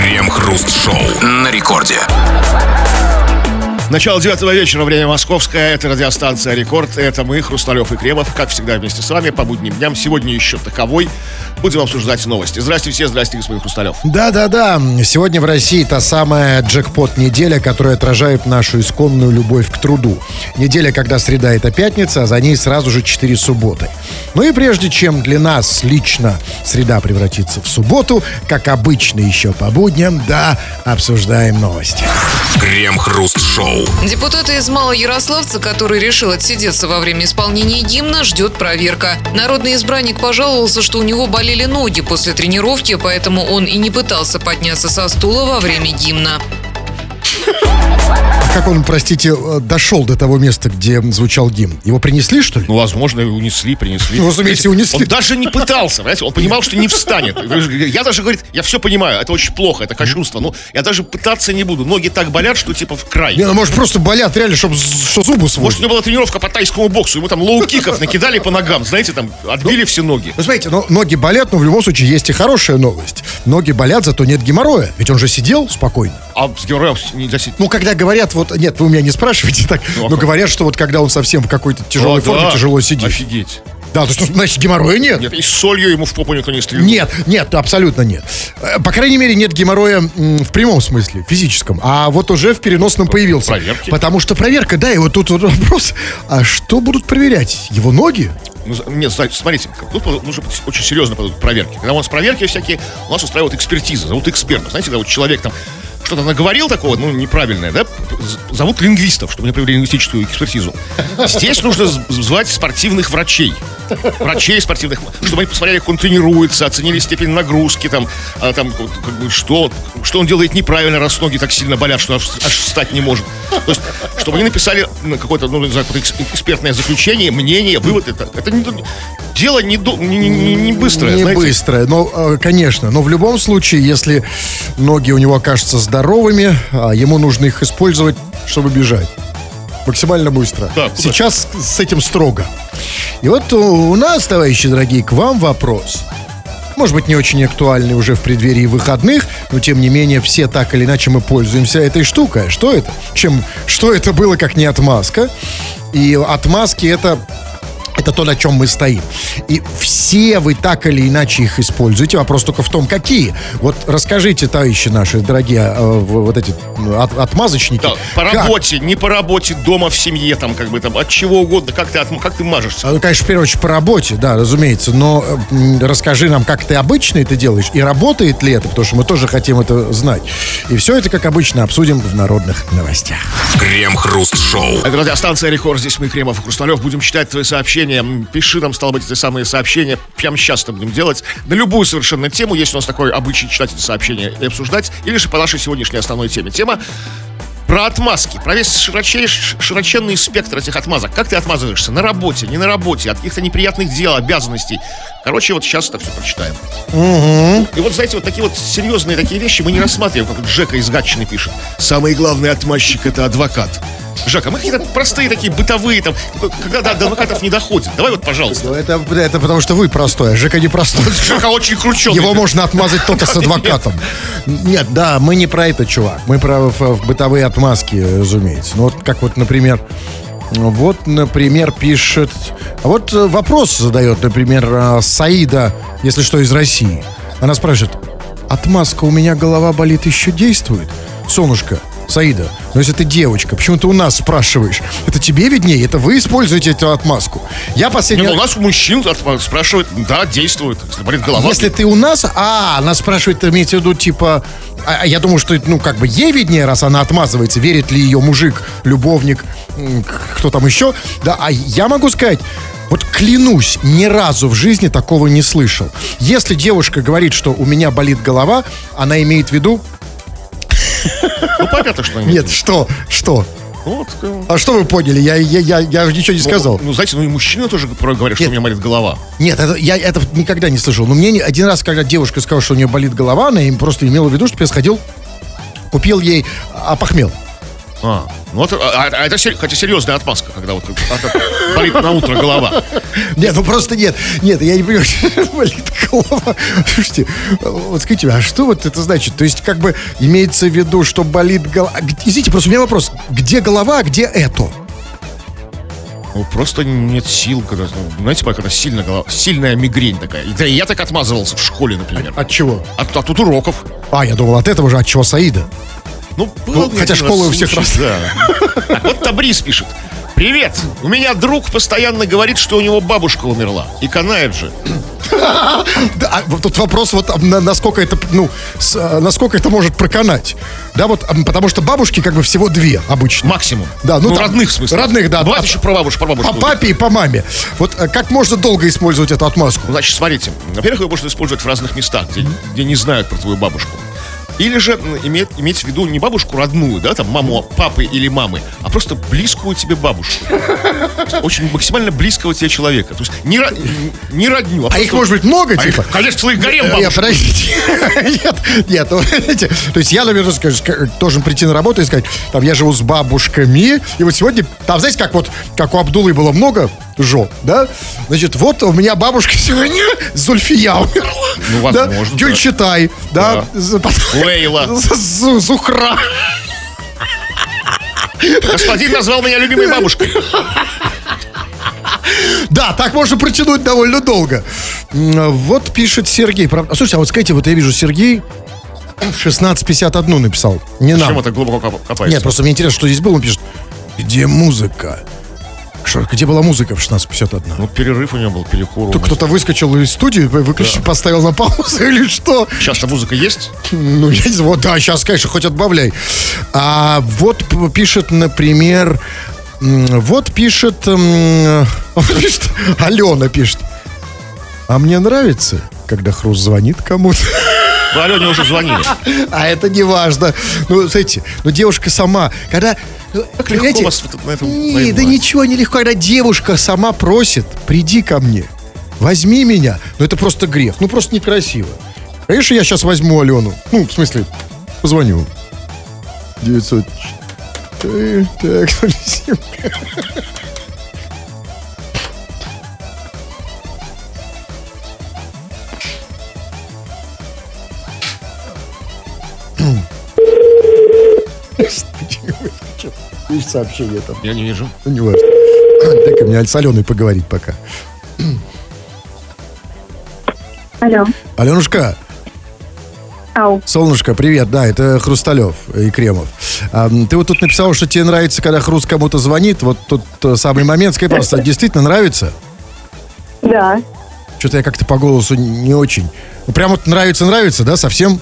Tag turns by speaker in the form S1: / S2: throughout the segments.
S1: Крем-хруст-шоу на рекорде.
S2: Начало 9 вечера, время московское, это радиостанция «Рекорд», это мы, Хрусталев и Кремов, как всегда вместе с вами по будним дням, сегодня еще таковой, будем обсуждать новости. Здрасте все, здрасте, господин Хрусталев.
S3: Да, сегодня в России та самая джекпот-неделя, которая отражает нашу исконную любовь к труду. Неделя, когда среда — это пятница, а за ней сразу же 4 субботы. Ну и прежде чем для нас лично среда превратится в субботу, как обычно еще по будням, обсуждаем новости.
S1: Крем-хруст-шоу.
S4: Депутата из Малоярославца, который решил отсидеться во время исполнения гимна, ждет проверка. Народный избранник пожаловался, что у него болели ноги после тренировки, поэтому он и не пытался подняться со стула во время гимна.
S3: Как он, простите, дошел до того места, где звучал гимн? Его принесли, что ли?
S2: Ну, возможно, принесли.
S3: Ну, разумеется, унесли.
S2: Он даже не пытался, понимаете? Он понимал, что не встанет. Я даже, говорит, я все понимаю, это очень плохо, это кощунство. Но я даже пытаться не буду. Ноги так болят, что типа в край.
S3: Не, ну, может, просто болят реально, что зубы сводят.
S2: Может, у него была тренировка по тайскому боксу, ему там лоу-киков накидали по ногам, знаете, там отбили все ноги.
S3: Вы знаете, ноги болят, но в любом случае есть и хорошая новость. Ноги болят, зато нет геморроя. Ведь он же сидел спокойно.
S2: А с геморроем нельзя сидеть.
S3: Ну, когда говорят, нет, вы у меня не спрашиваете так, но говорят, что вот когда он совсем в какой-то тяжелой форме, тяжело сидит.
S2: Офигеть.
S3: Да, то что, значит, геморроя нет?
S2: Нет, и с солью ему в попу никто не стрельнул.
S3: Нет, абсолютно нет. По крайней мере, нет геморроя в прямом смысле, физическом. А вот уже в переносном появился.
S2: Проверки.
S3: Потому что проверка, и вот тут вот вопрос, а что будут проверять? Его ноги?
S2: Нет, смотрите, тут нужно очень серьезно подойти к проверке. Когда у нас проверки всякие, у нас устраивают экспертизы, зовут экспертов. Знаете, когда вот человек там что-то наговорил такого, неправильное, зовут лингвистов, чтобы они провели лингвистическую экспертизу. Здесь нужно звать спортивных врачей. Врачей спортивных, чтобы они посмотрели, как он тренируется, оценили степень нагрузки, что он делает неправильно, раз ноги так сильно болят, что аж встать не может. То есть, чтобы они написали какое-то, экспертное заключение, мнение, вывод. Это дело не быстрое,
S3: не быстрое, конечно. Но в любом случае, если ноги у него окажутся здоровыми, ему нужно их использовать, чтобы бежать. Максимально быстро.
S2: Да,
S3: сейчас с этим строго. И вот у нас, товарищи дорогие, к вам вопрос. Может быть, не очень актуальный уже в преддверии выходных, но тем не менее все так или иначе мы пользуемся этой штукой. Что это? Что это было, как не отмазка? И отмазки это то, на чем мы стоим. И все вы так или иначе их используете. Вопрос только в том, какие. Вот расскажите, товарищи наши дорогие, вот эти отмазочники.
S2: Да, по работе, не по работе, дома, в семье, от чего угодно. Как ты мажешься?
S3: Конечно, в первую очередь по работе, да, разумеется. Но расскажи нам, как ты обычно это делаешь, и работает ли это, потому что мы тоже хотим это знать. И все это, как обычно, обсудим в народных новостях.
S1: Крем-хруст-шоу.
S2: Это радиостанция «Рекорд». Здесь мы, Кремов и Хрусталев. Будем читать твои сообщения. Пиши нам, стало быть, эти самые сообщения. Прямо сейчас это будем делать. На любую совершенно тему. Есть у нас такой обычай читать эти сообщения и обсуждать. Или же по нашей сегодняшней основной теме. Тема про отмазки. Про весь широченный спектр этих отмазок. Как ты отмазываешься? На работе, не на работе, от каких-то неприятных дел, обязанностей. Короче, вот сейчас это все прочитаем. И вот, знаете, вот такие вот серьезные такие вещи мы не рассматриваем, как вот Жека из Гатчины пишет. Самый главный отмазчик — это адвокат. Жека, мы какие-то простые такие бытовые, когда до адвокатов не доходит. Давай вот, пожалуйста.
S3: Это потому что вы простой, а Жека не простой.
S2: Жека очень крученый.
S3: Его можно отмазать только с адвокатом. Нет, мы не про это, чувак. Мы про бытовые отмазки, разумеется. Ну, например, пишет... Вот вопрос задает, например, Саида, если что, из России. Она спрашивает: отмазка «у меня голова болит» еще действует? Солнышко, Саида, но если ты девочка, почему ты у нас спрашиваешь? Это тебе виднее, это вы используете эту отмазку. Я последний...
S2: у нас у мужчин спрашивают, да, действует, если болит голова.
S3: Если ты у нас... она спрашивает, имеется в виду, я думаю, что, ей виднее, раз она отмазывается, верит ли ее мужик, любовник, кто там еще. Да, а я могу сказать... Вот клянусь, ни разу в жизни такого не слышал. Если девушка говорит, что у меня болит голова, она имеет в виду...
S2: понятно, что имеет.
S3: Нет, что? А что вы поняли? Я ничего не сказал.
S2: Знаете, и мужчины тоже говорят, что у меня болит голова.
S3: Нет, я это никогда не слышал. Но мне один раз, когда девушка сказала, что у нее болит голова, она им просто имела в виду, что я сходил, купил ей опохмел.
S2: Это хотя серьезная отмазка, когда вот болит на утро голова.
S3: Нет, ну просто нет, я не понимаю, болит голова. Слушайте, вот скажите, а что вот это значит? То есть, как бы имеется в виду, что болит голова. Извините, просто у меня вопрос: где голова, а где это?
S2: Ну, просто нет сил, знаете, когда сильная мигрень такая. Да и я так отмазывался в школе, например.
S3: От чего?
S2: От уроков.
S3: Я думал, от этого же, от чего Саида. Хотя школы у всех раз.
S2: Да. Так, вот Табрис пишет. Привет, у меня друг постоянно говорит, что у него бабушка умерла. И канает же.
S3: Да, тут вопрос, насколько это, насколько это может проканать. Да, вот, потому что бабушки как бы всего две обычно.
S2: Максимум.
S3: Да, там,
S2: родных, в смысле.
S3: Родных, да.
S2: Бывает еще про бабушку.
S3: По папе и по маме. Вот как можно долго использовать эту отмазку?
S2: Значит, смотрите. Во-первых, ее можно использовать в разных местах, где не знают про твою бабушку. Или же иметь в виду не бабушку родную, да, там маму папы или мамы, а просто близкую тебе бабушку. Очень максимально близкого тебе человека. То есть не родню.
S3: А их может быть много, типа?
S2: Конечно, целый гарем бабушек.
S3: Подождите. Нет, то есть я, наверное, должен прийти на работу и сказать, там, я живу с бабушками, и вот сегодня, там, знаете, как у Абдуллы было много жоп, да? Значит, вот у меня бабушка сегодня Зульфия умерла.
S2: Ну, возможно.
S3: Гюльчатай, да?
S2: Лейла.
S3: Зухра.
S2: Господин назвал меня любимой бабушкой.
S3: Да, так можно протянуть довольно долго. Вот пишет Сергей. Слушайте, а вот скажите, вот я вижу, Сергей 16:51 написал. Не нам.
S2: Почему так глубоко копаешься?
S3: Нет, просто мне интересно, что здесь было. Он пишет, где музыка? Где была музыка в 16:51?
S2: Ну, перерыв у него был, перекур.
S3: Кто-то выскочил из студии, выключил, поставил на паузу или что?
S2: Сейчас-то музыка есть?
S3: Ну, я не знаю. Вот, да, сейчас, конечно, хоть отбавляй. А вот пишет, например... Вот пишет... Алена пишет. А мне нравится, когда Хруст звонит кому-то.
S2: Вы Алене уже звонили.
S3: А это не важно. Ну, знаете, девушка сама, когда...
S2: Как легко у вас на этом
S3: Не, да ничего не легко, когда девушка сама просит, приди ко мне, возьми меня. Ну, это просто грех, ну, просто некрасиво. Конечно, я сейчас возьму Алену. Ну, в смысле, позвоню. 900... Так, Видишь сообщение там?
S2: Я не вижу.
S3: Ну, не важно. Дай-ка мне с Аленой поговорить пока.
S5: Алло.
S3: Аленушка.
S5: Ау.
S3: Солнышко, привет. Да, это Хрусталев и Кремов. Ты вот тут написала, что тебе нравится, когда Хруст кому-то звонит. Вот тут самый момент. Скажи, просто действительно нравится?
S5: Да.
S3: Что-то я как-то по голосу не очень. Ну, прям вот нравится, да, совсем?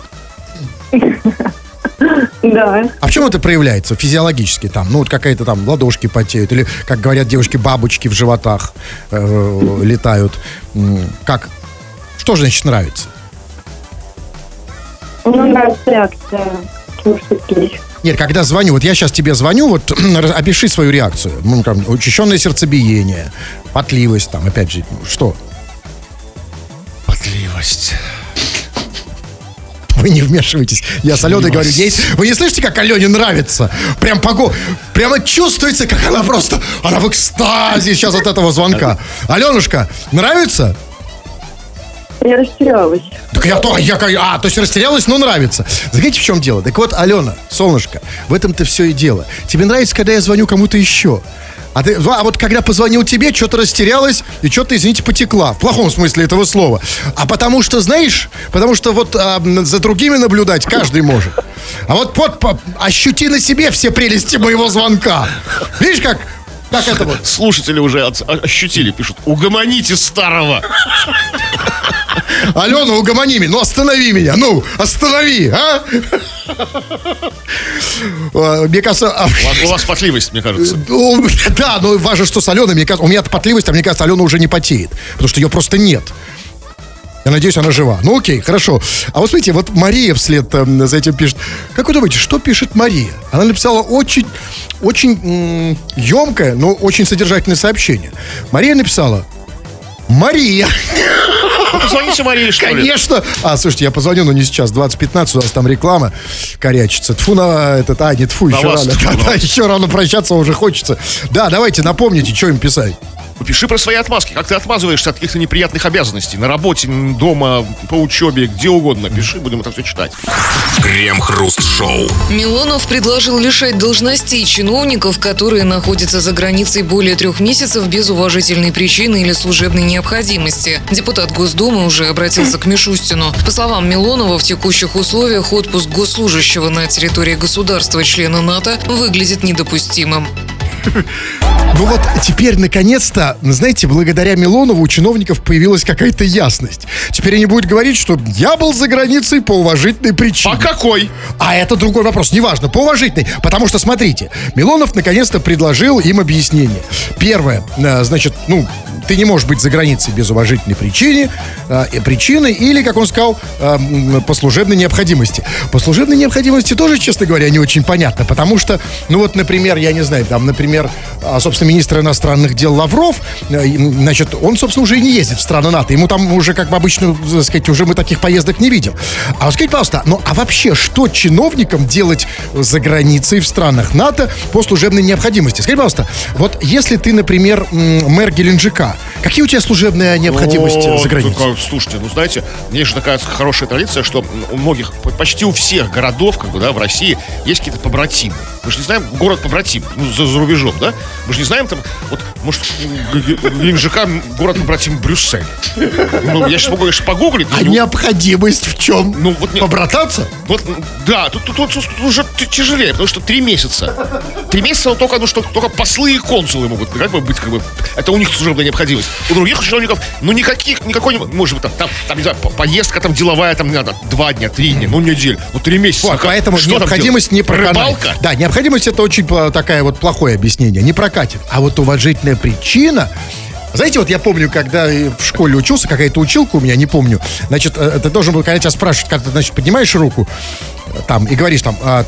S5: Да.
S3: А в чем это проявляется физиологически там? Ну, вот какая-то там ладошки потеют, или, как говорят девушки, бабочки в животах летают. Как? Что же, значит, нравится?
S5: Ну, нравится реакция.
S3: Нет, когда звоню, вот я сейчас тебе звоню, вот опиши свою реакцию. Ну, там, учащенное сердцебиение, потливость, там, опять же, что?
S2: Потливость.
S3: Вы не вмешивайтесь. Я с Аленой говорю, вы не слышите, как Алене нравится? Прямо чувствуется, как она просто, она в экстазе сейчас от этого звонка. Аленушка, нравится?
S5: Я растерялась.
S3: Так то есть растерялась, но нравится. Знаете, в чем дело? Так вот, Алена, солнышко, в этом-то все и дело. Тебе нравится, когда я звоню кому-то еще. А вот когда позвонил тебе, что-то растерялась и что-то, извините, потекла. В плохом смысле этого слова. А потому что, знаешь, вот за другими наблюдать каждый может. А вот ощути на себе все прелести моего звонка. Видишь, как это вот?
S2: Слушатели уже ощутили, пишут, угомоните старого.
S3: Алена, угомони меня, останови меня, останови, а? Мне кажется...
S2: У вас потливость, мне кажется.
S3: Да, но важно, что с Аленой, мне кажется, у меня потливость, а мне кажется, Алена уже не потеет, потому что ее просто нет. Я надеюсь, она жива. Ну, окей, хорошо. А вот смотрите, вот Мария вслед за этим пишет. Как вы думаете, что пишет Мария? Она написала очень емкое, но очень содержательное сообщение. Мария написала: Мария.
S2: Позвоните Марии, что ли?
S3: Конечно. Слушайте, я позвоню, но не сейчас. 20:15, у нас там реклама корячится. Тьфу на этот, не тьфу,
S2: На
S3: еще
S2: вас,
S3: рано.
S2: тьфу на
S3: Да,
S2: вас.
S3: еще рано прощаться уже хочется. Да, давайте напомните, что им писать.
S2: Пиши про свои отмазки. Как ты отмазываешься от каких-то неприятных обязанностей. На работе, дома, по учебе, где угодно. Пиши, будем это все читать.
S1: Крем-хруст-шоу.
S4: Милонов предложил лишать должностей чиновников, которые находятся за границей более 3 месяцев без уважительной причины или служебной необходимости. Депутат Госдумы уже обратился к Мишустину. По словам Милонова, в текущих условиях отпуск госслужащего на территории государства-члена НАТО выглядит недопустимым.
S3: Ну вот теперь, наконец-то, знаете, благодаря Милонову у чиновников появилась какая-то ясность. Теперь они будут говорить, что я был за границей по уважительной причине.
S2: По какой?
S3: А это другой вопрос, неважно, по уважительной. Потому что, смотрите, Милонов наконец-то предложил им объяснение. Первое, значит, ты не можешь быть за границей без уважительной причины, или, как он сказал, по служебной необходимости. По служебной необходимости тоже, честно говоря, не очень понятно, потому что, например, я не знаю, там, например, собственно, министр иностранных дел Лавров, значит, он, собственно, уже и не ездит в страны НАТО, ему там уже, как бы обычно, так сказать, уже мы таких поездок не видим. А вот скажите, пожалуйста, а вообще, что чиновникам делать за границей в странах НАТО по служебной необходимости? Скажите, пожалуйста, вот если ты, например, мэр Геленджика, какие у тебя служебные необходимости за границей?
S2: Слушайте, знаете, есть же такая хорошая традиция, что у многих, почти у всех городов, в России есть какие-то побратимы. Мы же не знаем, город побратим, за рубежом, да? Мы же не знаем там, может, Геленджика город побратим Брюссель. Я сейчас могу, конечно, погуглить.
S3: А необходимость в чем? Побрататься?
S2: Да, тут уже тяжелее, потому что 3 месяца. 3 месяца только послы и консулы могут быть, это у них служебная необходимость. У других чиновников, никакой, может быть, там, не знаю, поездка там деловая, там, не надо, 2 дня, 3 дня, неделю, 3 месяца.
S3: Поэтому
S2: что
S3: необходимость не прокатит.
S2: Рыбалка?
S3: Да, необходимость — это очень такая плохое объяснение, не прокатит. А вот уважительная причина... Знаете, я помню, когда в школе учился, какая-то училка у меня, не помню, значит, ты должен был, когда тебя спрашивают, как ты, значит, поднимаешь руку, там, и говоришь,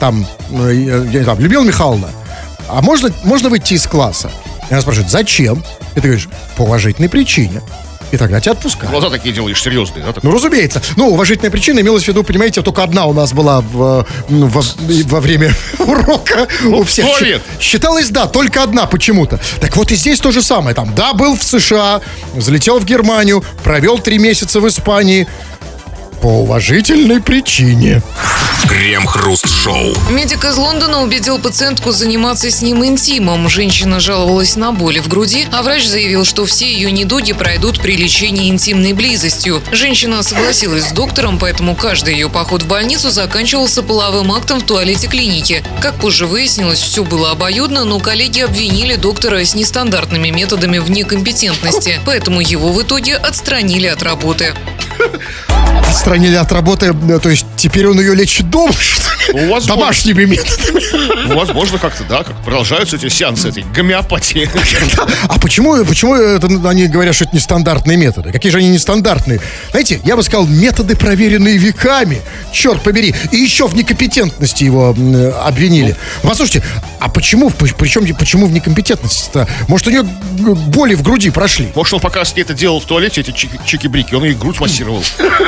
S3: Людмила Михайловна, а можно выйти из класса? И она спрашивает, зачем? И ты говоришь, по уважительной причине. И тогда тебя отпускают.
S2: Глаза такие делаешь серьезные, да?
S3: Разумеется. Уважительная причина имелась в виду, понимаете, только одна у нас была во время урока у всех. Считалось, только одна почему-то. Так вот и здесь то же самое. Там, был в США, залетел в Германию, провел 3 месяца в Испании. По уважительной причине.
S1: Крем-хруст-шоу.
S4: Медик из Лондона убедил пациентку заниматься с ним интимом. Женщина жаловалась на боли в груди, а врач заявил, что все ее недуги пройдут при лечении интимной близостью. Женщина согласилась с доктором, поэтому каждый ее поход в больницу заканчивался половым актом в туалете клиники. Как позже выяснилось, все было обоюдно, но коллеги обвинили доктора с нестандартными методами в некомпетентности, поэтому его в итоге отстранили от работы.
S3: Отстранили от работы, то есть теперь он ее лечит дома, что ли? Домашними методами.
S2: Возможно, как продолжаются эти сеансы этой гомеопатии.
S3: А почему они говорят, что это нестандартные методы? Какие же они нестандартные? Знаете, я бы сказал, методы, проверенные веками. Черт побери. И еще в некомпетентности его обвинили. Послушайте, а почему в некомпетентности-то? Может, у нее боли в груди прошли?
S2: Может, он пока с ней это делал в туалете, эти чики-брики, он ей грудь массировал.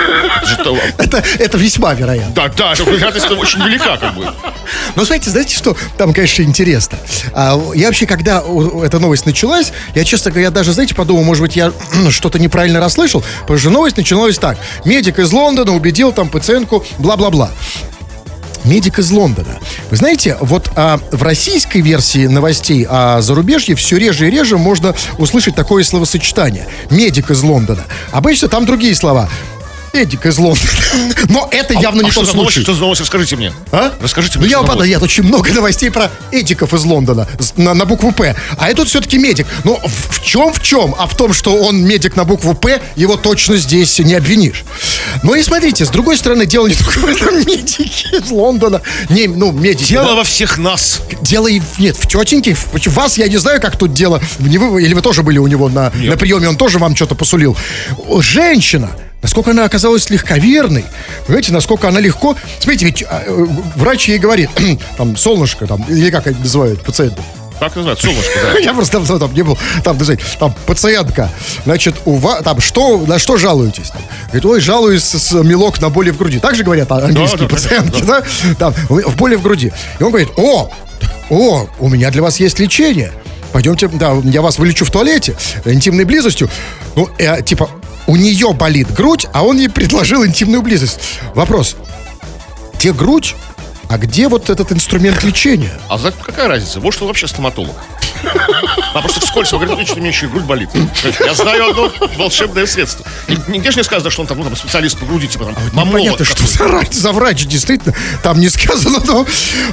S3: Это весьма вероятно.
S2: Да, вероятность очень велика,
S3: Но знаете, что там, конечно, интересно. Я вообще, когда эта новость началась, я, честно говоря, даже, подумал, может быть, я что-то неправильно расслышал, потому что новость начиналась так. Медик из Лондона убедил там пациентку, бла-бла-бла. Медик из Лондона. Вы знаете, в российской версии новостей о зарубежье все реже и реже можно услышать такое словосочетание. Медик из Лондона. Обычно там другие слова. Медик из Лондона. Но это явно не что случай.
S2: Что за новость? Расскажите мне. Расскажите мне.
S3: Я очень много новостей про эдиков из Лондона на букву «П». А это все-таки медик. Но в чем? А в том, что он медик на букву «П», его точно здесь не обвинишь. Ну и смотрите, с другой стороны, дело не только в этом медике из Лондона. Медики.
S2: Дело во всех нас.
S3: Дело в тетеньке. Вас я не знаю, как тут дело. Или вы тоже были у него на приеме, он тоже вам что-то посулил. Женщина. Насколько она оказалась легковерной. Понимаете, насколько она легко... Смотрите, ведь врач ей говорит, там, солнышко, там, или как они называют пациентов?
S2: Как называется? Солнышко, да.
S3: Я просто там не был. Там, там пациентка. Значит, на что жалуетесь? Говорит, ой, жалуюсь мелок на боли в груди. Так же говорят английские пациентки, да? Там, в боли в груди. И он говорит, о, у меня для вас есть лечение. Пойдемте, да, я вас вылечу в туалете интимной близостью. Ну, типа, у нее болит грудь, а он ей предложил интимную близость. Вопрос. Где грудь? А где вот этот инструмент лечения?
S2: А знаете, какая разница? Может, он вообще стоматолог. А просто вскользь, он говорит, что у меня еще и грудь болит. Я знаю одно волшебное средство. Нигде же не сказано, что он там специалист по груди, типа там мамолог.
S3: Понятно, что за врач, действительно. Там не сказано, но...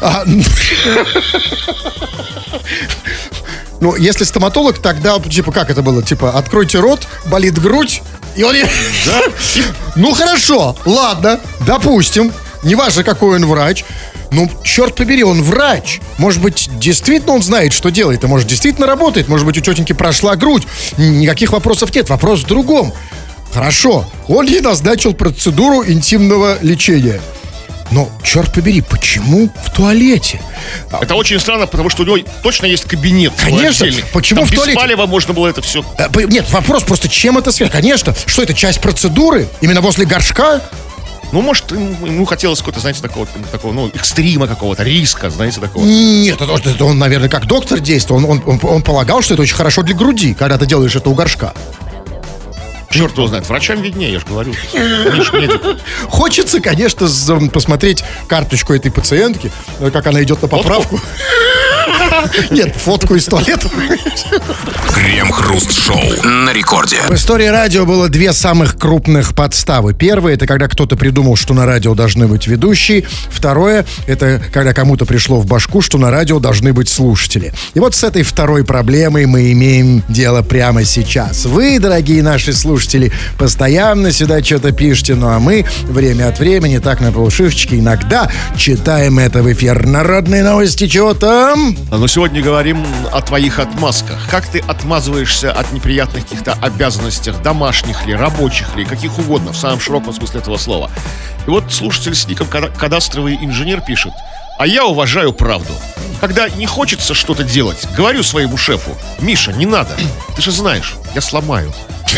S3: Ну, если стоматолог, тогда, типа, как это было? Типа, откройте рот, болит грудь, и он...
S2: Да?
S3: Ну, хорошо, ладно, допустим. Неважно, какой он врач. Ну, черт побери, он врач. Может быть, действительно он знает, что делает. А может, действительно работает. Может быть, у тетеньки прошла грудь. Никаких вопросов нет. Вопрос в другом. Хорошо, он ей назначил процедуру интимного лечения. Но, черт побери, почему в туалете?
S2: Это очень странно, потому что у него точно есть кабинет.
S3: Конечно, почему
S2: там
S3: в туалете?
S2: Без палева можно было это все.
S3: Нет, вопрос просто, чем это связано? Конечно, что это, часть процедуры? Именно возле горшка?
S2: Ну, может, ему хотелось какого-то, знаете, такого, ну, экстрима какого-то, риска, знаете, такого.
S3: Нет, это он, наверное, как доктор действовал. Он полагал, что это очень хорошо для груди, когда ты делаешь это у горшка.
S2: Черт его знает, врачам виднее, я же говорю.
S3: Хочется, конечно, посмотреть карточку этой пациентки, как она идет на поправку. Нет, фотку из туалета.
S1: Крем-хруст-шоу на рекорде.
S3: В истории радио было две самых крупных подставы. Первое, это когда кто-то придумал, что на радио должны быть ведущие. Второе, это когда кому-то пришло в башку, что на радио должны быть слушатели. И вот с этой второй проблемой мы имеем дело прямо сейчас. Вы, дорогие наши слушатели, постоянно сюда что-то пишете, ну а мы время от времени, так на полшишечки, иногда читаем это в эфир. Народные новости, чего там?
S2: Но сегодня говорим о твоих отмазках. Как ты отмазываешься от неприятных каких-то обязанностей, домашних ли, рабочих ли, каких угодно, в самом широком смысле этого слова. И вот слушатель с ником «Кадастровый инженер» пишет: а я уважаю правду. Когда не хочется что-то делать, говорю своему шефу: Миша, не надо, ты же знаешь, я сломаю.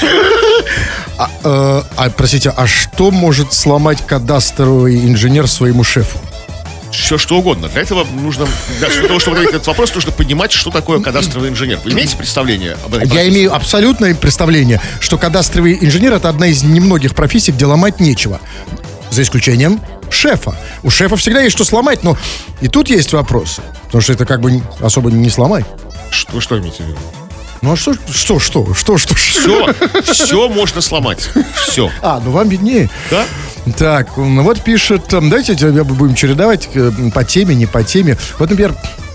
S3: Простите, а что может сломать кадастровый инженер своему шефу?
S2: Все что угодно. Для этого нужно, для того, чтобы ответить на этот вопрос, нужно понимать, что такое кадастровый инженер. Вы имеете представление об этом?
S3: Я имею абсолютное представление, что кадастровый инженер — это одна из немногих профессий, где ломать нечего. За исключением шефа. У шефа всегда есть что сломать, но и тут есть вопросы. Потому что это как бы особо не сломать.
S2: Что имеете в виду?
S3: Ну а что?
S2: Все можно сломать. Все.
S3: Ну вам виднее.
S2: Да?
S3: Так, ну вот пишет, давайте будем чередовать по теме, не по теме. Вот, например,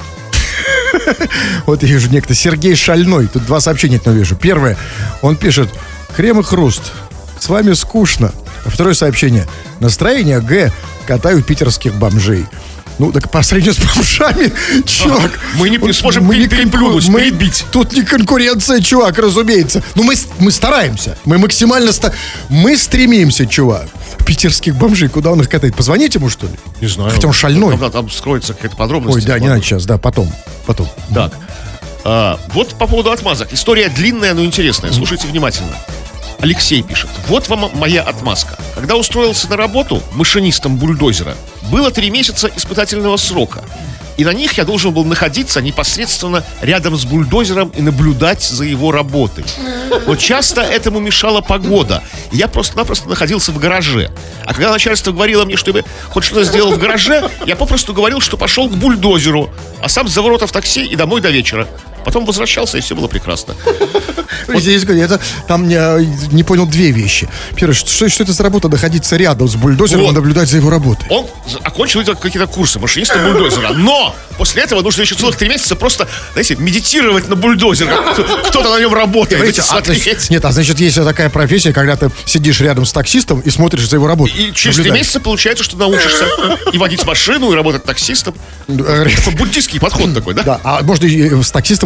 S3: вот я вижу некто Сергей Шальной. Тут два сообщения от него вижу. Первое, он пишет: крем и хруст, с вами скучно. А второе сообщение: настроение Г, катаю питерских бомжей. Ну, так по сравнению с бомжами, чувак.
S2: Мы не сможем переплюнуть, перебить.
S3: Тут не конкуренция, чувак, разумеется. Ну, мы стараемся. Мы максимально мы стремимся, чувак. Питерских бомжей, куда он их катает? Позвоните ему, что ли?
S2: Не знаю.
S3: Хотя он шальной.
S2: Там скроется какая-то подробность.
S3: Ой, да, не надо сейчас, да, потом.
S2: Так, вот по поводу отмазок. История длинная, но интересная. Слушайте внимательно. Алексей пишет: вот вам моя отмазка. Когда устроился на работу машинистом бульдозера, было 3 месяца испытательного срока. И на них я должен был находиться непосредственно рядом с бульдозером и наблюдать за его работой. Но часто этому мешала погода. И я просто-напросто находился в гараже. А когда начальство говорило мне, чтобы хоть что-то сделал в гараже, я попросту говорил, что пошел к бульдозеру, а сам за ворота в такси и домой до вечера. Потом возвращался, и все было прекрасно.
S3: Я там не понял две вещи. Первое, что это за работа, находиться рядом с бульдозером и наблюдать за его работой?
S2: Он окончил какие-то курсы машиниста бульдозера, но после этого нужно еще целых 3 месяца просто, знаете, медитировать на бульдозер, кто-то на нем работает.
S3: Значит, есть такая профессия, когда ты сидишь рядом с таксистом и смотришь за его работой.
S2: И через 3 месяца получается, что научишься и водить машину, и работать таксистом. Буддийский подход такой, да?
S3: Да, а может и с таксистом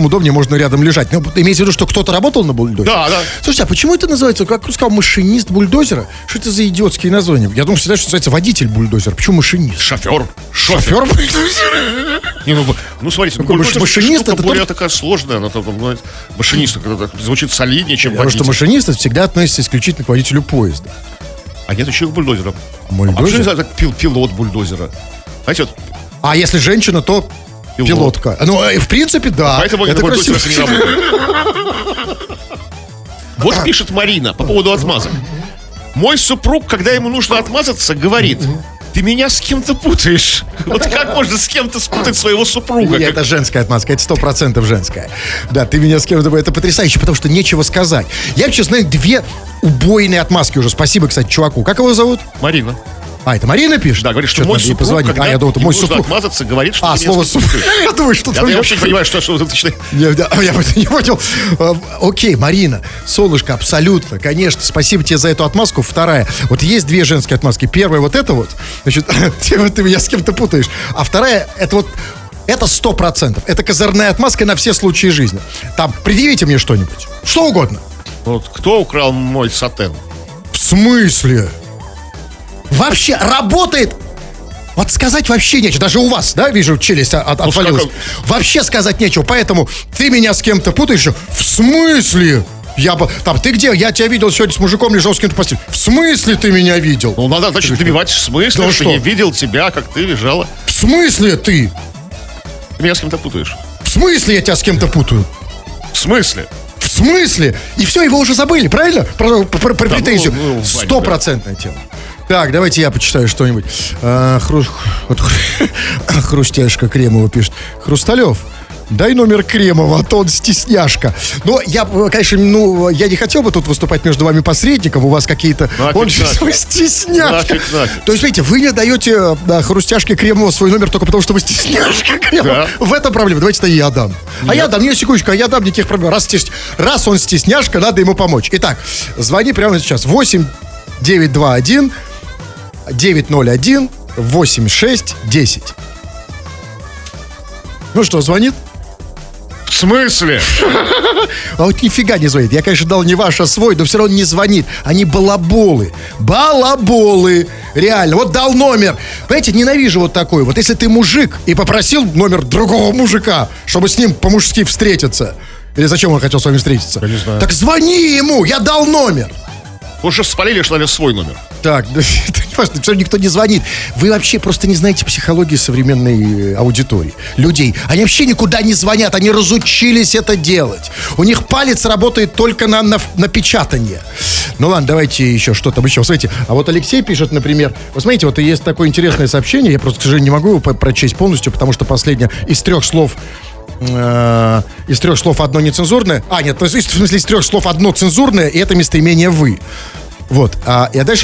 S3: удобнее, можно рядом лежать. Ну, имеется в виду, что кто-то работал на бульдозере?
S2: Да.
S3: Слушайте, а почему это называется, как сказал, машинист бульдозера? Что это за идиотские названия? Я думал всегда, что называется водитель бульдозера. Почему машинист?
S2: Шофер.
S3: Шофер бульдозера?
S2: Не, ну, смотрите,
S3: Какой
S2: бульдозер
S3: машинист,
S2: штука
S3: это
S2: более
S3: только-
S2: такая сложная, она там, машинист, это звучит солиднее, чем
S3: Потому что
S2: водитель.
S3: машинист это всегда относится исключительно к водителю поезда.
S2: А нет еще и к бульдозерам.
S3: Бульдозер?
S2: А почему нельзя так пилот бульдозера? Знаете, вот,
S3: А если женщина, то
S2: Пилот.
S3: пилотка. Ну, в принципе, да.
S2: поэтому
S3: это
S2: на
S3: красиво.
S2: бульдозерах не работает. Вот пишет Марина по поводу отмазок. Мой супруг, когда ему нужно отмазаться, говорит: ты меня с кем-то путаешь. Вот как можно с кем-то спутать своего супруга?
S3: Нет, это женская отмазка, это 100% женская. Да, ты меня с кем-то... Это потрясающе, потому что нечего сказать. Я вообще знаю две убойные отмазки уже. Спасибо, кстати, чуваку. Как его зовут?
S2: Марина.
S3: А, это Марина пишет?
S2: Да, говорит, что
S3: Чё-то
S2: мой
S3: надо ей
S2: супруг,
S3: позвонить.
S2: когда
S3: А, я думал, это
S2: ему
S3: мой
S2: нужно
S3: супруг.
S2: отмазаться, говорит, что
S3: А,
S2: ты меня
S3: слово
S2: с кем-то
S3: супруг.
S2: путаешь.
S3: Я думаю, что
S2: Я вообще не понимаю, что вы начали.
S3: Я не понял. Окей, Марина, солнышко, абсолютно, конечно. Спасибо тебе за эту отмазку. Вторая. Вот есть две женские отмазки. Первая вот это вот. Значит, ты меня с кем-то путаешь. А вторая, это вот... Это 100%. Это козырная отмазка на все случаи жизни. Там, предъявите мне что-нибудь. Что угодно.
S2: Вот кто украл мой сатен?
S3: В смысле? Вообще работает. Вот сказать вообще нечего. Даже у вас, да, вижу, челюсть отвалилась. Вообще сказать нечего. Поэтому ты меня с кем-то путаешь. В смысле? Там, ты где? Я тебя видел сегодня с мужиком, лежал с кем-то в постели. В смысле ты меня видел?
S2: Ну, надо, значит, добивать в смысле,
S3: Да
S2: что
S3: что?
S2: не видел тебя, как ты лежала.
S3: В смысле ты?
S2: Ты меня с кем-то путаешь.
S3: В смысле я тебя с кем-то путаю?
S2: В смысле?
S3: В смысле? И все, его уже забыли, правильно? Про претензию.
S2: ну, Вань,
S3: Стопроцентная тема. Так, давайте я почитаю что-нибудь. Вот Хрустяшка Кремова пишет. Хрусталев, дай номер Кремова, а то он стесняшка. Но я, конечно, я не хотел бы тут выступать между вами посредником. У вас какие-то... Он же
S2: нафиг.
S3: свой стесняшка.
S2: Нафиг.
S3: То есть, видите, вы не даете Хрустяшке Кремова свой номер только потому, что вы стесняшка Кремова.
S2: Да.
S3: В этом проблема. Давайте-то я дам. А я дам, не, секундочку, а я дам никаких проблем. Раз он стесняшка, надо ему помочь. Итак, звони прямо сейчас. 8-921 901 8610. Ну что, звонит?
S2: В смысле?
S3: А вот нифига не звонит. Я, конечно, дал не ваш, а свой, но все равно не звонит. Они балаболы. Балаболы. Реально. Вот дал номер. Понимаете, ненавижу вот такой. Вот если ты мужик и попросил номер другого мужика, чтобы с ним по-мужски встретиться. Или зачем он хотел с вами встретиться?
S2: Я не знаю.
S3: Так звони ему, я дал номер.
S2: Вы уже спалили, что дали свой номер.
S3: Так, да, это не важно, все, никто не звонит. Вы вообще просто не знаете психологии современной аудитории, людей. Они вообще никуда не звонят, они разучились это делать. У них палец работает только на печатание. Ну ладно, давайте еще что там еще. Смотрите, а вот Алексей пишет, например, вы смотрите, вот есть такое интересное сообщение, я просто, к сожалению, не могу его прочесть полностью, потому что последнее из трех слов одно нецензурное. А, нет, в смысле из трех слов одно цензурное, и это местоимение «вы». Вот, я дальше...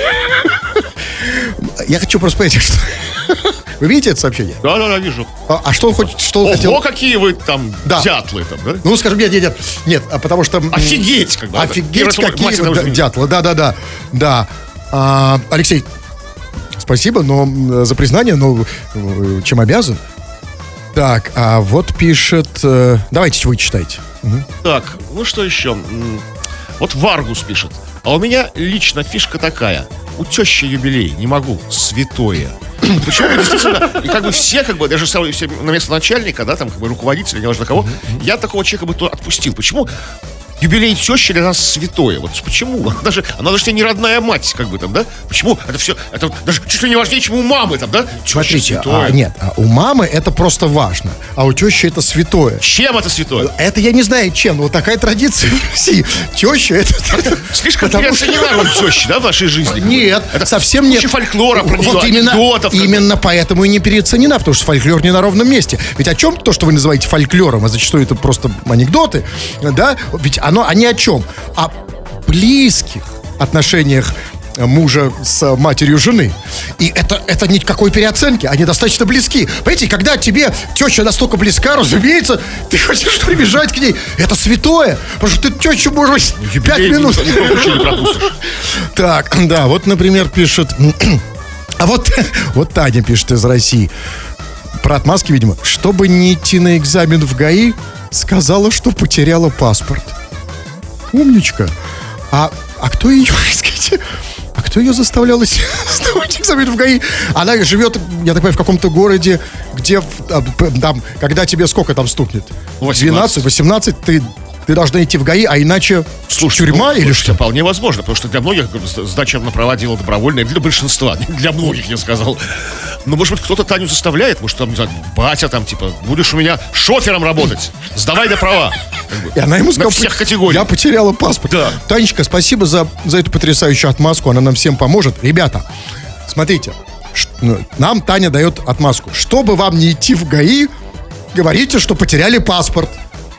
S3: Я хочу просто понять, что... Вы видите это сообщение?
S2: Да, вижу.
S3: А что он хочет, что он
S2: Ого,
S3: хотел...
S2: какие вы там
S3: Да.
S2: дятлы там, да?
S3: Ну, скажем, нет, потому что...
S2: Офигеть, как бы.
S3: Офигеть, какие
S2: Мать она уже-
S3: дятлы, да. Алексей, спасибо, но за признание, но чем обязан? Так, а вот пишет... Давайте вы читайте.
S2: Так, ну что еще? Вот Варгус пишет. А у меня лично фишка такая. У тещи юбилей, не могу, святое. Почему действительно, и как бы все, как бы, даже самые все на место начальника, да, там, как бы, руководителя, неважно кого, я такого человека бы то отпустил. Почему юбилей тещи для нас святое? Вот почему? Она даже тебе не родная мать, как бы там, да? Почему? Это все, это даже чуть ли не важнее, чем у мамы там, да? Теща
S3: Смотрите,
S2: святое.
S3: нет, у мамы это просто важно, а у тещи это святое.
S2: Чем это святое?
S3: Это я не знаю чем, но вот такая традиция в России. Теща это...
S2: Слишком
S3: потому
S2: переоценена роль тещи, да, в нашей жизни?
S3: Нет,
S2: Это
S3: совсем нет.
S2: куча фольклора про нее,
S3: вот
S2: анекдотов.
S3: именно поэтому и не переоценена, потому что фольклор не на ровном месте. Ведь о чем то, что вы называете фольклором, а зачастую это просто анекдоты, да? Ведь они о чем? О близких отношениях мужа с матерью жены. И это никакой переоценки, они достаточно близки. Понимаете, когда тебе теща настолько близка, разумеется, ты хочешь прибежать к ней. Это святое, потому что ты тещу можешь 5 минут.
S2: Ни в коем случае не пропустишь.
S3: Так, да, вот, например, пишет... А вот Таня пишет из России. Про отмазки, видимо. Чтобы не идти на экзамен в ГАИ, сказала, что потеряла паспорт. Умничка. А кто ее, скажите, а кто ее заставлял сдавать экзамен в ГАИ? Она живет, я так понимаю, в каком-то городе, где там, когда тебе сколько там стукнет? 12, 18, ты должна идти в ГАИ, а иначе тюрьма или что?
S2: Вполне возможно, потому что для многих сдача на права дело добровольное, для большинства, для многих, я сказал. Но, может быть, кто-то Таню заставляет, может, там, не знаю, батя там, типа, будешь у меня шофером работать, сдавай на права.
S3: И она ему сказала,
S2: на всех категориях.
S3: Я потеряла паспорт.
S2: Да.
S3: Танечка, спасибо за эту потрясающую отмазку, она нам всем поможет. Ребята, смотрите, нам Таня дает отмазку. Чтобы вам не идти в ГАИ, говорите, что потеряли паспорт.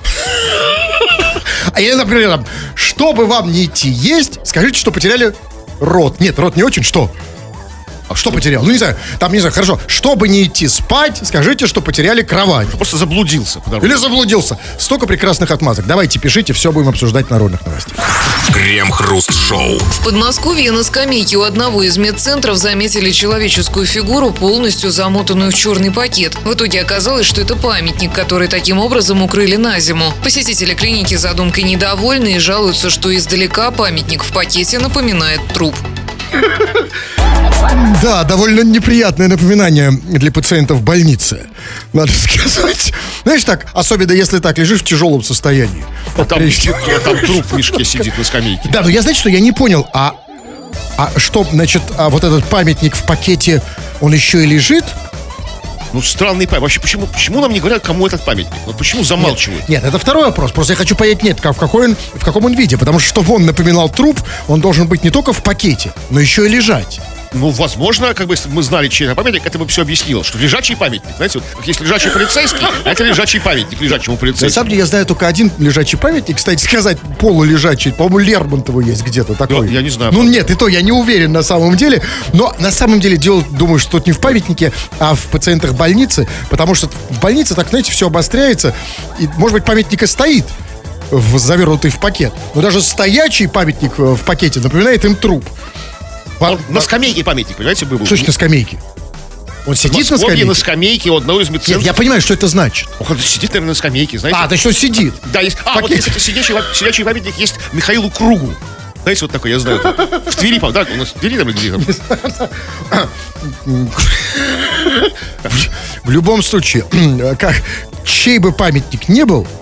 S3: Или, например, чтобы вам не идти есть, скажите, что потеряли рот. Нет, рот не очень, что? А что потерял? Ну, не знаю, там, не знаю, хорошо. Чтобы не идти спать, скажите, что потеряли кровать.
S2: Просто заблудился.
S3: Или заблудился. Столько прекрасных отмазок. Давайте, пишите, все будем обсуждать в народных новостях.
S1: Крем-хруст-шоу.
S4: В Подмосковье на скамейке у одного из медцентров заметили человеческую фигуру, полностью замотанную в черный пакет. В итоге оказалось, что это памятник, который таким образом укрыли на зиму. Посетители клиники задумкой недовольны и жалуются, что издалека памятник в пакете напоминает труп.
S3: Да, довольно неприятное напоминание для пациентов в больнице, надо сказать. Знаешь, так, особенно если так лежишь в тяжелом состоянии.
S2: Там труп в мешке сидит на скамейке.
S3: Да, но я, знаете, что я не понял, а что, значит, вот этот памятник в пакете, он еще и лежит?
S2: Ну, странный памятник. Вообще, почему нам не говорят, кому этот памятник? Вот почему замалчивают?
S3: Нет, это второй вопрос. Просто я хочу понять, в каком он виде. Потому что, чтобы он напоминал труп, он должен быть не только в пакете, но еще и лежать.
S2: Ну, возможно, как бы, если бы мы знали, чей это памятник, это бы все объяснило, что лежачий памятник, знаете, вот, как есть лежачий полицейский, а это лежачий памятник лежачему полицейскому.
S3: На самом деле, я знаю только один лежачий памятник, кстати сказать, полулежачий, по-моему, Лермонтову есть где-то такой.
S2: Я не знаю.
S3: Ну, нет, и то я не уверен на самом деле, но на самом деле дело, думаю, что тут не в памятнике, а в пациентах больницы, потому что в больнице, так, знаете, все обостряется, и, может быть, памятник и стоит, завернутый в пакет, но даже стоячий памятник в пакете напоминает им труп.
S2: На скамейке памятник, понимаете, был.
S3: Что значит на скамейке? Он сидит на скамейке?
S2: На скамейке у одного из медцентров.
S3: Нет, я понимаю, что это значит.
S2: Он сидит, наверное, на скамейке, знаете.
S3: А, то что сидит?
S2: Да, есть. Вот, кстати, сидячий памятник есть Михаилу Кругу. Знаете, вот такой, я знаю. В Твери, да, у нас в Твери там или где там.
S3: В любом случае, чей бы памятник не был,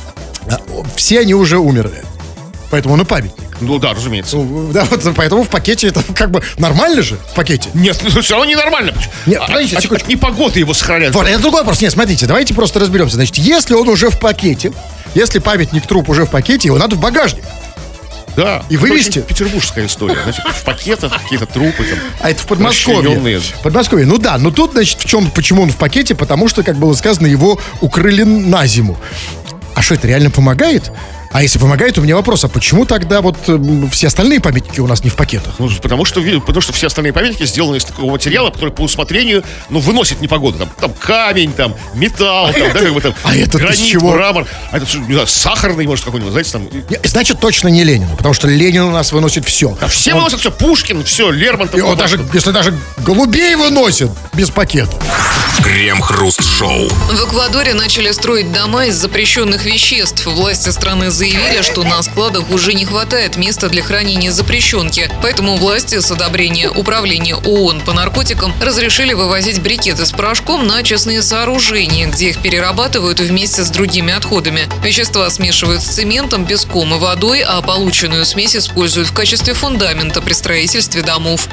S3: все они уже умерли. Поэтому он и памятник.
S2: Ну да, разумеется.
S3: Да, вот поэтому в пакете это как бы нормально же в пакете.
S2: Нет, ну все равно ненормально.
S3: Нет, подождите, секундочку.
S2: Непогода его сохраняет.
S3: Вот, это другой вопрос. Нет, смотрите, давайте просто разберемся. Значит, если он уже в пакете, если памятник труп уже в пакете, его надо в багажник.
S2: Да.
S3: И вывести.
S2: Это петербургская история. Значит, в пакетах какие-то трупы там.
S3: А это в Подмосковье. В Подмосковье. Ну да, но тут, значит, почему он в пакете? Потому что, как было сказано, его укрыли на зиму. А что, это реально помогает? А если помогает, у меня вопрос, а почему тогда вот все остальные памятники у нас не в пакетах?
S2: Ну, потому что все остальные памятники сделаны из такого материала, который по усмотрению, выносит непогоду. Там камень, там металл, там, да, как бы там гранит,
S3: чего?
S2: мрамор. А это, не знаю, сахарный, может, какой-нибудь, знаете, там.
S3: Значит, точно не Ленин, потому что Ленин у нас выносит все.
S2: А все выносят все, Пушкин, все, Лермонтов.
S3: Он если даже голубей выносит без пакета.
S1: Крем-хруст-шоу.
S4: В Эквадоре начали строить дома из запрещенных веществ. Власти страны заявили, что на складах уже не хватает места для хранения запрещенки. Поэтому власти с одобрения Управления ООН по наркотикам разрешили вывозить брикеты с порошком на частные сооружения, где их перерабатывают вместе с другими отходами. Вещества смешивают с цементом, песком и водой, а полученную смесь используют в качестве фундамента при строительстве домов.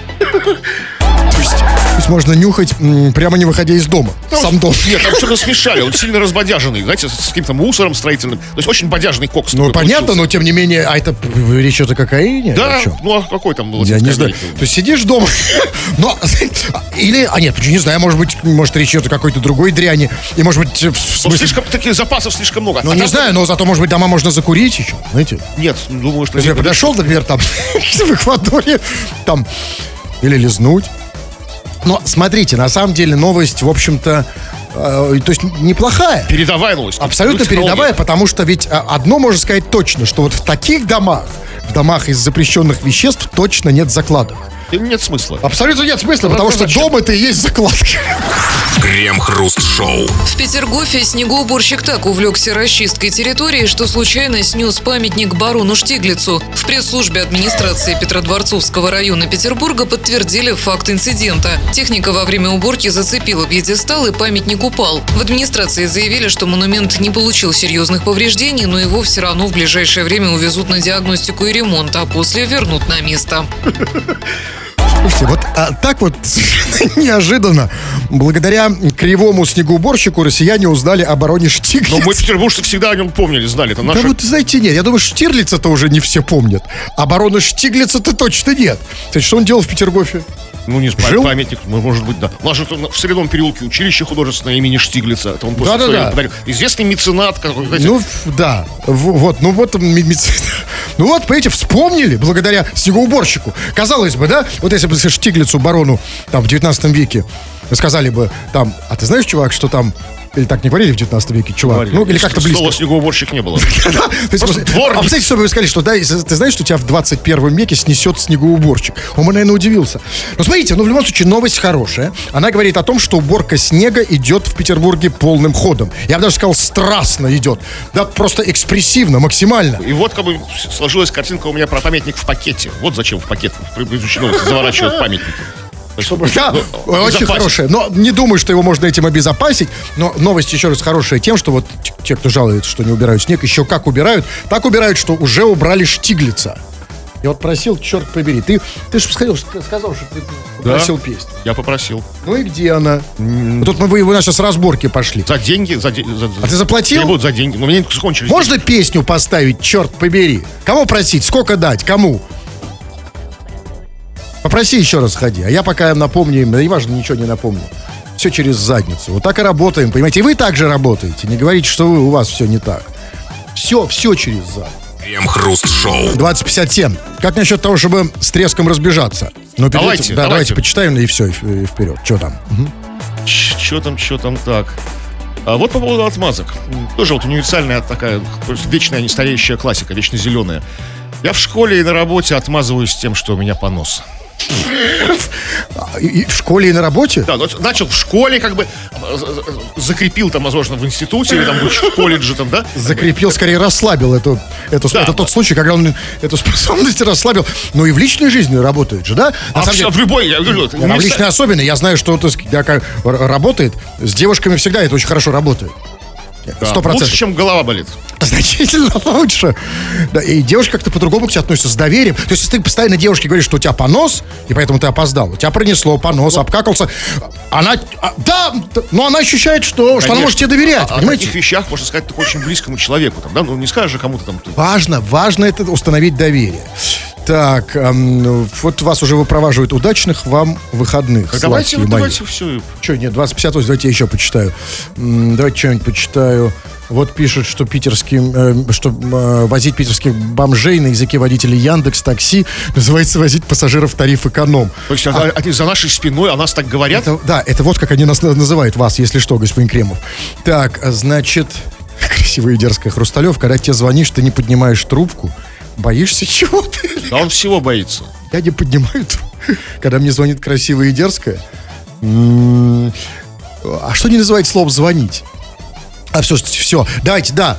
S3: То есть можно нюхать, прямо не выходя из дома. Сам дом.
S2: Нет, там что-то смешали. Он сильно разбодяженный, знаете, с каким-то мусором строительным. То есть очень бодяжный кокс.
S3: Ну, понятно, но тем не менее, а это речь идет о кокаине?
S2: Да, ну а какой там был?
S3: Я не знаю. То есть сидишь дома, но... Или, нет, не знаю, может речь идет о какой-то другой дряни. И может быть...
S2: Слишком, таких запасов слишком много.
S3: Ну, не знаю, но зато, может быть, дома можно закурить еще, знаете?
S2: Нет, думаю, что...
S3: Если я подошел, например, там, в Эквадоре, там, или лизнуть. Но, смотрите, на самом деле новость, в общем-то, то есть неплохая.
S2: Передовая новость.
S3: Абсолютно передовая, потому что ведь одно можно сказать точно, что вот в таких домах, в домах из запрещенных веществ точно нет закладок.
S2: Нет смысла.
S3: Абсолютно нет смысла, потому что дом это и есть закладки.
S1: Крем-хруст-шоу.
S4: В Петергофе снегоуборщик так увлекся расчисткой территории, что случайно снес памятник барону Штиглицу. В пресс-службе администрации Петродворцовского района Петербурга подтвердили факт инцидента. Техника во время уборки зацепила пьедестал, и памятник упал. В администрации заявили, что монумент не получил серьезных повреждений, но его все равно в ближайшее время увезут на диагностику и ремонт, а после вернут на место.
S3: Слушайте, вот так вот неожиданно, благодаря кривому снегоуборщику, россияне узнали о бароне Штиглице.
S2: Но мы, петербуржцы, всегда о нем помнили, знали. Это
S3: Да
S2: наше...
S3: вот, знаете, нет, я думаю, Штирлица-то уже не все помнят, а барона Штиглица-то точно нет. Кстати, что он делал в Петергофе?
S2: Ну, не
S3: Жил?
S2: памятник, может быть, да. У нас же в Соляном переулке училище художественное имени Штиглица. Это он после
S3: Да-да-да.
S2: истории подарил. Известный меценат. Знаете,
S3: Ну, да, ну вот, понимаете, вспомнили благодаря снегоуборщику. Казалось бы, да, вот если бы Штиглицу, барону, там, в 19 веке сказали бы, там, а ты знаешь, чувак, что там, или так не говорили в 19 веке, чувак,
S2: говорили.
S3: ну, или как-то близко.
S2: Слова снегоуборщик не было.
S3: Да, то есть,
S2: Просто дворник.
S3: а представляете, что бы вы сказали, что да, ты знаешь, что тебя в 21 веке снесет снегоуборщик? Он бы, наверное, удивился. Но смотрите, в любом случае, новость хорошая. Она говорит о том, что уборка снега идет в Петербурге полным ходом. Я бы даже сказал, страстно идет. Да, просто экспрессивно, максимально.
S2: И вот как бы сложилась картинка у меня про памятник в пакете. Вот зачем в пакет заворачивают памятники.
S3: Да, очень хорошая. Но не думаю, что его можно этим обезопасить. Но новость еще раз хорошая тем, что вот те, кто жалуется, что не убирают снег, еще как убирают. Так убирают, что уже убрали Штиглица. Я вот просил, черт побери. Ты же сказал, что ты попросил песню.
S2: Я попросил.
S3: Ну и где она? Тут вы у нас сейчас разборки пошли.
S2: За деньги.
S3: А ты заплатил?
S2: Требуют за деньги. Но мне закончились.
S3: Можно песню поставить, черт побери? Кого просить? Сколько дать? Кому? Попроси еще раз ходи. А я пока напомню им, да и важно, ничего не напомню. Все через задницу. Вот так и работаем, понимаете? И вы так же работаете. Не говорите, что у вас все не так. Все через зад.
S1: Крем-хруст-шоу.
S3: 20:57. Как насчет того, чтобы с треском разбежаться? Ну, давайте почитаем, и все, и вперед. Что там?
S2: Что там так? А вот по поводу отмазок. Тоже вот универсальная такая, вечная нестареющая классика, вечно зеленая. Я в школе и на работе отмазываюсь тем, что у меня понос.
S3: И в школе и на работе?
S2: Да, начал в школе, как бы закрепил там, возможно, в институте или там в колледже, там, да?
S3: Закрепил, скорее расслабил это тот случай, когда он эту способность расслабил. Но и в личной жизни работает же, да?
S2: В любой, я говорю,
S3: в личной особенно. Я знаю, что работает. С девушками всегда это очень хорошо работает. 100%.
S2: Лучше, чем голова болит.
S3: Значительно лучше. Да, и девушка как-то по-другому к тебе относится, с доверием. То есть, если ты постоянно девушке говоришь, что у тебя понос, и поэтому ты опоздал, у тебя пронесло понос, обкакался, она ощущает, что она может тебе доверять,
S2: о
S3: понимаете?
S2: таких вещах, можно сказать, только очень близкому человеку. Там, да? Ну, не скажешь же кому-то там...
S3: Важно это установить доверие. Так, вот вас уже выпроваживают удачных вам выходных.
S2: Давайте все.
S3: Че, нет, 20:58, давайте я еще почитаю. Давайте что-нибудь почитаю. Вот пишут, что возить питерских бомжей на языке водителей Яндекс Такси называется возить пассажиров тариф эконом.
S2: То есть они за нашей спиной о нас так говорят?
S3: Это вот как они нас называют, вас, если что, господин Кремов. Так, значит, красивая и дерзкая Хрусталев, когда тебе звонишь, ты не поднимаешь трубку. Боишься чего-то?
S2: Да он всего боится.
S3: Я не поднимаю трубку. Когда мне звонит красивая и дерзкая. А что не называет словом «звонить»? Все. Давайте, да.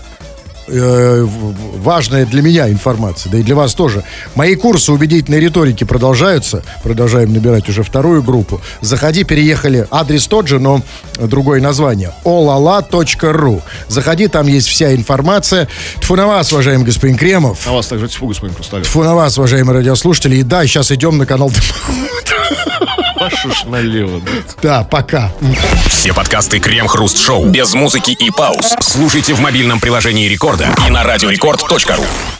S3: Важная для меня информация, да и для вас тоже. Мои курсы убедительной риторики продолжаются. Продолжаем набирать уже вторую группу. Заходи, переехали. Адрес тот же, но другое название. olala.ru. Заходи, там есть вся информация. Тьфу на вас, уважаемый господин Кремов.
S2: На вас также тьфу, господин Хрусталев.
S3: Тьфу на вас, уважаемые радиослушатели. И да, сейчас идем на канал Дымоход.
S2: Пашу ж налево.
S3: Да, пока.
S1: Все подкасты Крем-хруст-шоу без музыки и пауз слушайте в мобильном приложении Рекорда и на радиорекорд.ру.